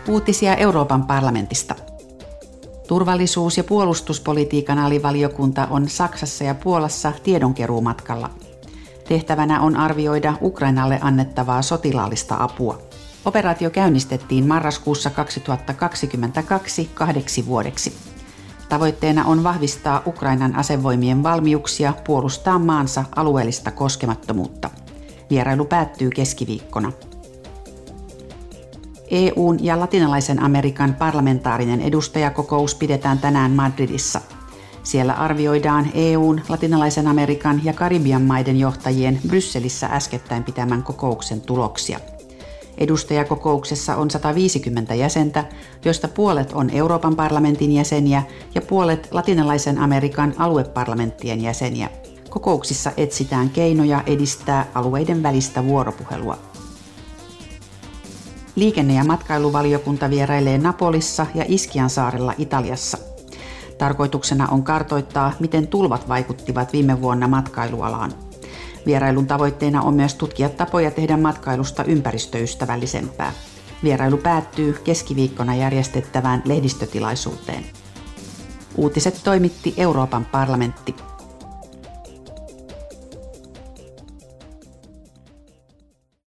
Uutisia Euroopan parlamentista. Turvallisuus- ja puolustuspolitiikan alivaliokunta on Saksassa ja Puolassa tiedonkeruumatkalla. Tehtävänä on arvioida Ukrainalle annettavaa sotilaallista apua. Operaatio käynnistettiin marraskuussa 2022 2 vuodeksi. Tavoitteena on vahvistaa Ukrainan asevoimien valmiuksia puolustaa maansa alueellista koskemattomuutta. Vierailu päättyy keskiviikkona. EU:n ja Latinalaisen Amerikan parlamentaarinen edustajakokous pidetään tänään Madridissa. Siellä arvioidaan EU:n, Latinalaisen Amerikan ja Karibian maiden johtajien Brysselissä äskettäin pitämän kokouksen tuloksia. Edustajakokouksessa on 150 jäsentä, joista puolet on Euroopan parlamentin jäseniä ja puolet Latinalaisen Amerikan alueparlamenttien jäseniä. Kokouksissa etsitään keinoja edistää alueiden välistä vuoropuhelua. Liikenne- ja matkailuvaliokunta vierailee Napolissa ja Iskiansaarella Italiassa. Tarkoituksena on kartoittaa, miten tulvat vaikuttivat viime vuonna matkailualaan. Vierailun tavoitteena on myös tutkia tapoja tehdä matkailusta ympäristöystävällisempää. Vierailu päättyy keskiviikkona järjestettävään lehdistötilaisuuteen. Uutiset toimitti Euroopan parlamentti.